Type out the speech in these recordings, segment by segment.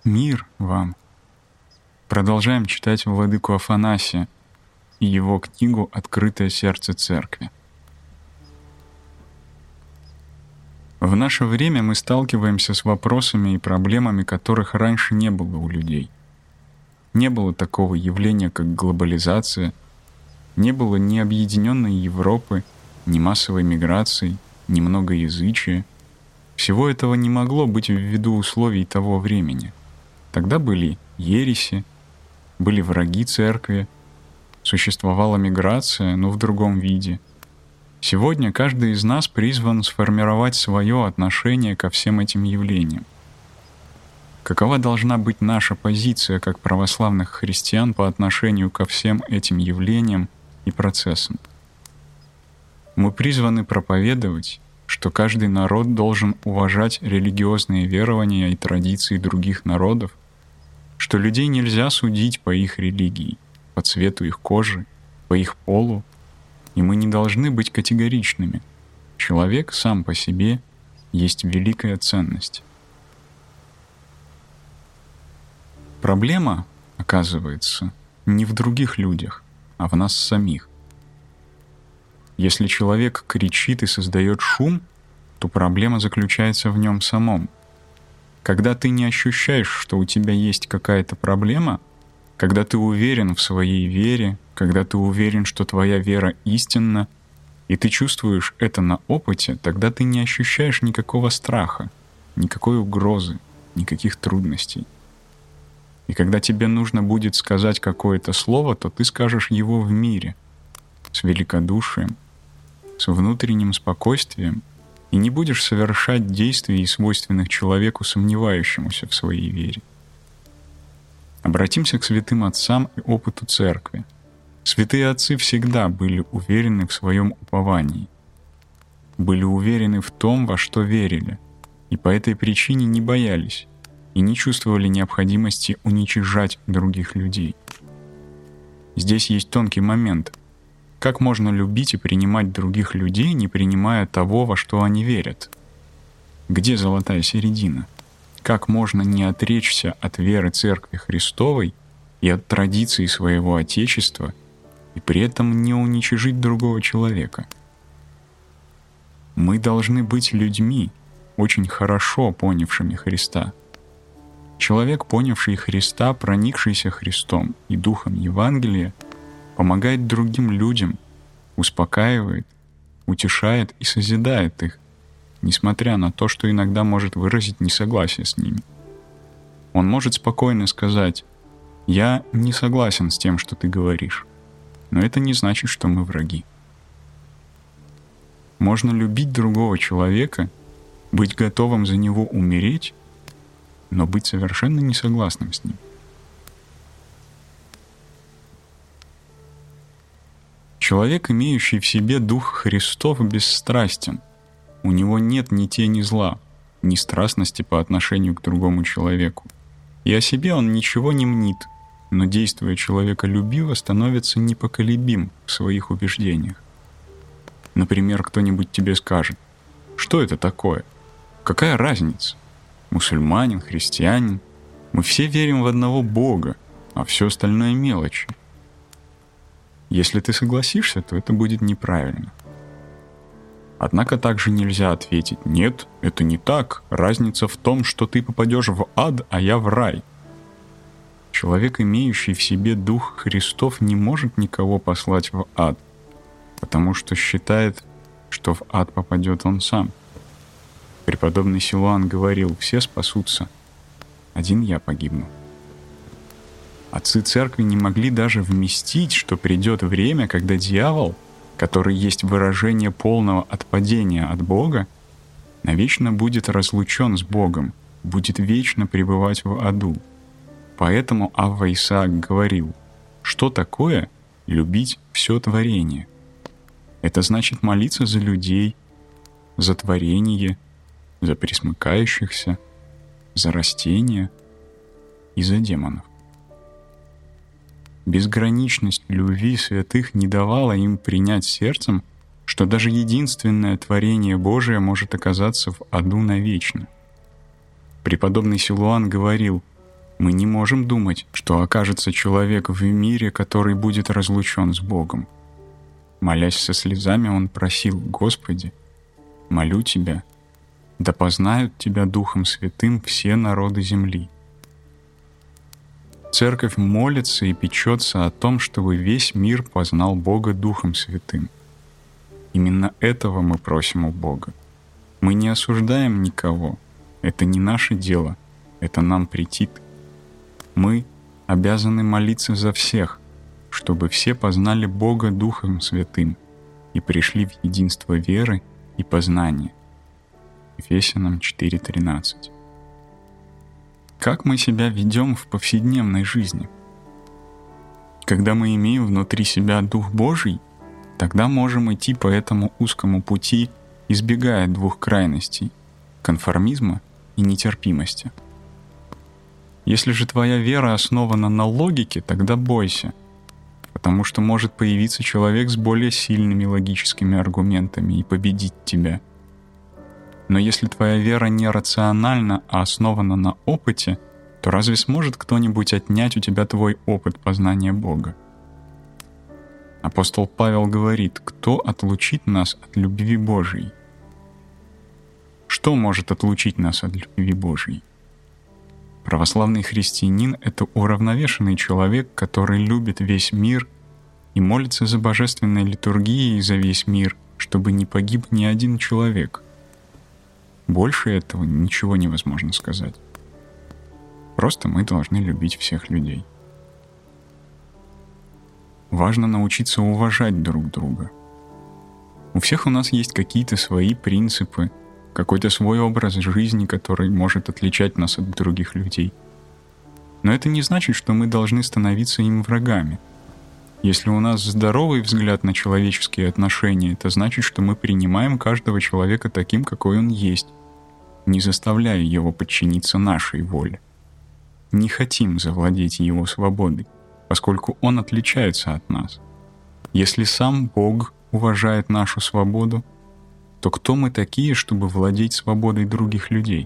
Мир вам! Продолжаем читать владыку Афанасия и его книгу «Открытое сердце Церкви». В наше время мы сталкиваемся с вопросами и проблемами, которых раньше не было у людей. Не было такого явления, как глобализация, не было ни объединенной Европы, ни массовой миграции, ни многоязычия. Всего этого не могло быть ввиду условий того времени. Тогда были ереси, были враги церкви, существовала миграция, но в другом виде. Сегодня каждый из нас призван сформировать свое отношение ко всем этим явлениям. Какова должна быть наша позиция как православных христиан по отношению ко всем этим явлениям и процессам? Мы призваны проповедовать, что каждый народ должен уважать религиозные верования и традиции других народов, что людей нельзя судить по их религии, по цвету их кожи, по их полу, и мы не должны быть категоричными. Человек сам по себе есть великая ценность. Проблема, оказывается, не в других людях, а в нас самих. Если человек кричит и создает шум, то проблема заключается в нем самом. Когда ты не ощущаешь, что у тебя есть какая-то проблема, когда ты уверен в своей вере, когда ты уверен, что твоя вера истинна, и ты чувствуешь это на опыте, тогда ты не ощущаешь никакого страха, никакой угрозы, никаких трудностей. И когда тебе нужно будет сказать какое-то слово, то ты скажешь его в мире, с великодушием, с внутренним спокойствием, и не будешь совершать действий, свойственных человеку, сомневающемуся в своей вере. Обратимся к святым отцам и опыту церкви. Святые отцы всегда были уверены в своем уповании, были уверены в том, во что верили, и по этой причине не боялись и не чувствовали необходимости уничижать других людей. Здесь есть тонкий момент. Как можно любить и принимать других людей, не принимая того, во что они верят? Где золотая середина? Как можно не отречься от веры Церкви Христовой и от традиций своего Отечества, и при этом не уничижить другого человека? Мы должны быть людьми, очень хорошо понявшими Христа. Человек, понявший Христа, проникшийся Христом и Духом Евангелия, помогает другим людям, успокаивает, утешает и созидает их, несмотря на то, что иногда может выразить несогласие с ними. Он может спокойно сказать: «Я не согласен с тем, что ты говоришь», но это не значит, что мы враги. Можно любить другого человека, быть готовым за него умереть, но быть совершенно не согласным с ним. Человек, имеющий в себе Дух Христов, бесстрастен. У него нет ни тени зла, ни страстности по отношению к другому человеку. И о себе он ничего не мнит, но, действуя человеколюбиво, становится непоколебим в своих убеждениях. Например, кто-нибудь тебе скажет: «Что это такое? Какая разница? Мусульманин, христианин. Мы все верим в одного Бога, а все остальное мелочи». Если ты согласишься, то это будет неправильно. Однако также нельзя ответить: «Нет, это не так. Разница в том, что ты попадешь в ад, а я в рай». Человек, имеющий в себе Дух Христов, не может никого послать в ад, потому что считает, что в ад попадет он сам. Преподобный Силуан говорил: «Все спасутся, один я погибну». Отцы церкви не могли даже вместить, что придет время, когда дьявол, который есть выражение полного отпадения от Бога, навечно будет разлучен с Богом, будет вечно пребывать в аду. Поэтому Авва Исаак говорил: «Что такое любить все творение?» Это значит молиться за людей, за творение, за пресмыкающихся, за растения и за демонов. Безграничность любви святых не давала им принять сердцем, что даже единственное творение Божие может оказаться в аду навечно. Преподобный Силуан говорил: Мы не можем думать, что окажется человек в мире, который будет разлучен с Богом. Молясь со слезами, он просил: «Господи, молю Тебя, да познают Тебя Духом Святым все народы земли». Церковь молится и печется о том, чтобы весь мир познал Бога Духом Святым. Именно этого мы просим у Бога. Мы не осуждаем никого. Это не наше дело. Это нам претит. Мы обязаны молиться за всех, чтобы все познали Бога Духом Святым и пришли в единство веры и познания. Ефесянам 4:13. Как мы себя ведем в повседневной жизни? Когда мы имеем внутри себя Дух Божий, тогда можем идти по этому узкому пути, избегая двух крайностей — конформизма и нетерпимости. Если же твоя вера основана на логике, тогда бойся, потому что может появиться человек с более сильными логическими аргументами и победить тебя. Но если твоя вера не рациональна, а основана на опыте, то разве сможет кто-нибудь отнять у тебя твой опыт познания Бога? Апостол Павел говорит: «Кто отлучит нас от любви Божией?» Что может отлучить нас от любви Божией? Православный христианин — это уравновешенный человек, который любит весь мир и молится за божественной литургией за весь мир, чтобы не погиб ни один человек. Больше этого ничего невозможно сказать. Просто мы должны любить всех людей. Важно научиться уважать друг друга. У всех у нас есть какие-то свои принципы, какой-то свой образ жизни, который может отличать нас от других людей. Но это не значит, что мы должны становиться им врагами. Если у нас здоровый взгляд на человеческие отношения, это значит, что мы принимаем каждого человека таким, какой он есть, не заставляя его подчиниться нашей воле. Не хотим завладеть его свободой, поскольку он отличается от нас. Если сам Бог уважает нашу свободу, то кто мы такие, чтобы владеть свободой других людей?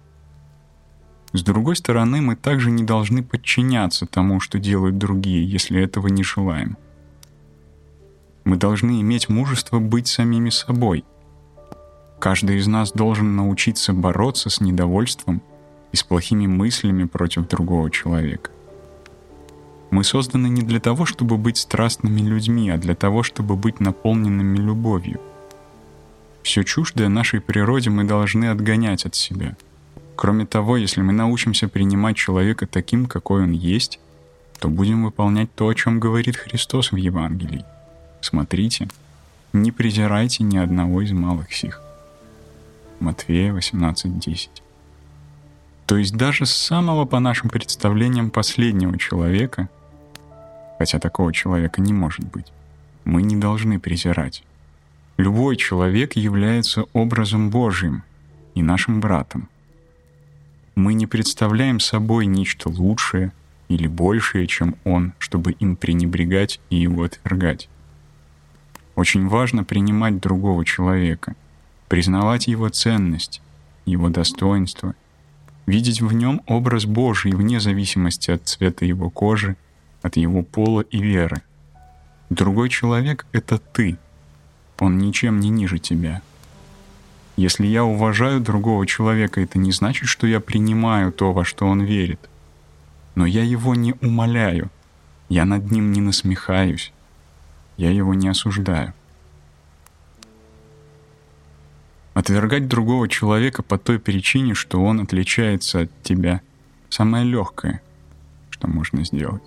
С другой стороны, мы также не должны подчиняться тому, что делают другие, если этого не желаем. Мы должны иметь мужество быть самими собой. Каждый из нас должен научиться бороться с недовольством и с плохими мыслями против другого человека. Мы созданы не для того, чтобы быть страстными людьми, а для того, чтобы быть наполненными любовью. Все чуждое нашей природе мы должны отгонять от себя. Кроме того, если мы научимся принимать человека таким, какой он есть, то будем выполнять то, о чем говорит Христос в Евангелии. Смотрите, не презирайте ни одного из малых сих. Матфея 18:10. То есть даже с самого, по нашим представлениям, последнего человека, хотя такого человека не может быть, мы не должны презирать. Любой человек является образом Божьим и нашим братом. Мы не представляем собой нечто лучшее или большее, чем он, чтобы им пренебрегать и его отвергать. Очень важно принимать другого человека, признавать его ценность, его достоинство, видеть в нем образ Божий вне зависимости от цвета его кожи, от его пола и веры. Другой человек — это ты. Он ничем не ниже тебя. Если я уважаю другого человека, это не значит, что я принимаю то, во что он верит. Но я его не умаляю, я над ним не насмехаюсь, я его не осуждаю. Отвергать другого человека по той причине, что он отличается от тебя, самое легкое, что можно сделать.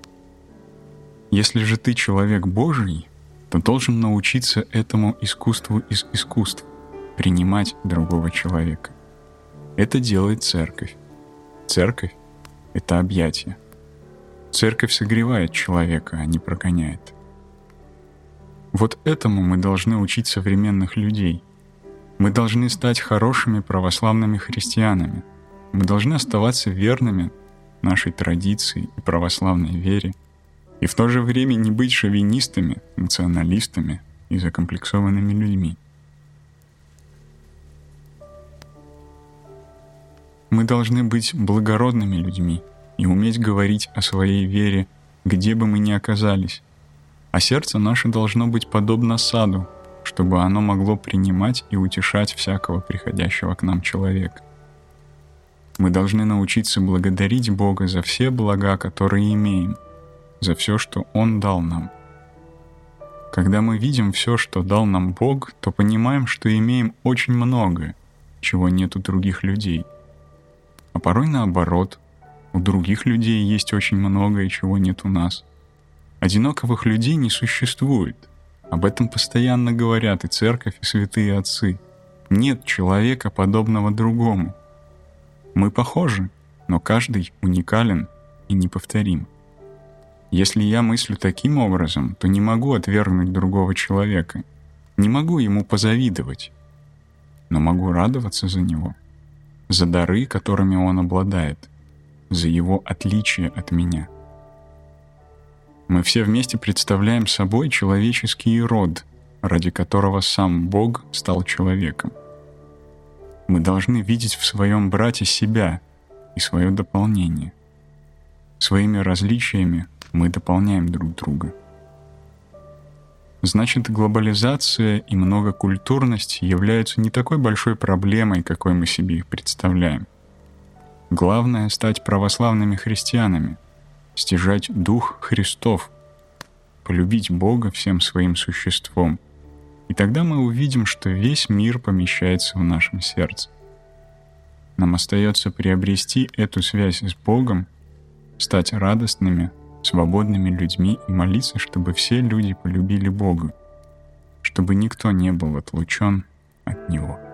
Если же ты человек Божий, то должен научиться этому искусству из искусств — принимать другого человека. Это делает церковь. Церковь — это объятие. Церковь согревает человека, а не прогоняет. Вот этому мы должны учить современных людей. Мы должны стать хорошими православными христианами. Мы должны оставаться верными нашей традиции и православной вере, и в то же время не быть шовинистами, националистами и закомплексованными людьми. Мы должны быть благородными людьми, и уметь говорить о своей вере, где бы мы ни оказались. А сердце наше должно быть подобно саду, чтобы оно могло принимать и утешать всякого приходящего к нам человека. Мы должны научиться благодарить Бога за все блага, которые имеем, за все, что Он дал нам. Когда мы видим все, что дал нам Бог, то понимаем, что имеем очень многое, чего нет у других людей. А порой наоборот, у других людей есть очень многое, чего нет у нас. Одинаковых людей не существует. Об этом постоянно говорят и церковь, и святые отцы. Нет человека, подобного другому. Мы похожи, но каждый уникален и неповторим. Если я мыслю таким образом, то не могу отвергнуть другого человека, не могу ему позавидовать, но могу радоваться за него, за дары, которыми он обладает, за его отличие от меня. Мы все вместе представляем собой человеческий род, ради которого сам Бог стал человеком. Мы должны видеть в своем брате себя и свое дополнение. Своими различиями мы дополняем друг друга. Значит, глобализация и многокультурность являются не такой большой проблемой, какой мы себе их представляем. Главное — стать православными христианами, стяжать дух Христов, полюбить Бога всем своим существом. И тогда мы увидим, что весь мир помещается в нашем сердце. Нам остается приобрести эту связь с Богом, стать радостными, свободными людьми и молиться, чтобы все люди полюбили Бога, чтобы никто не был отлучен от Него.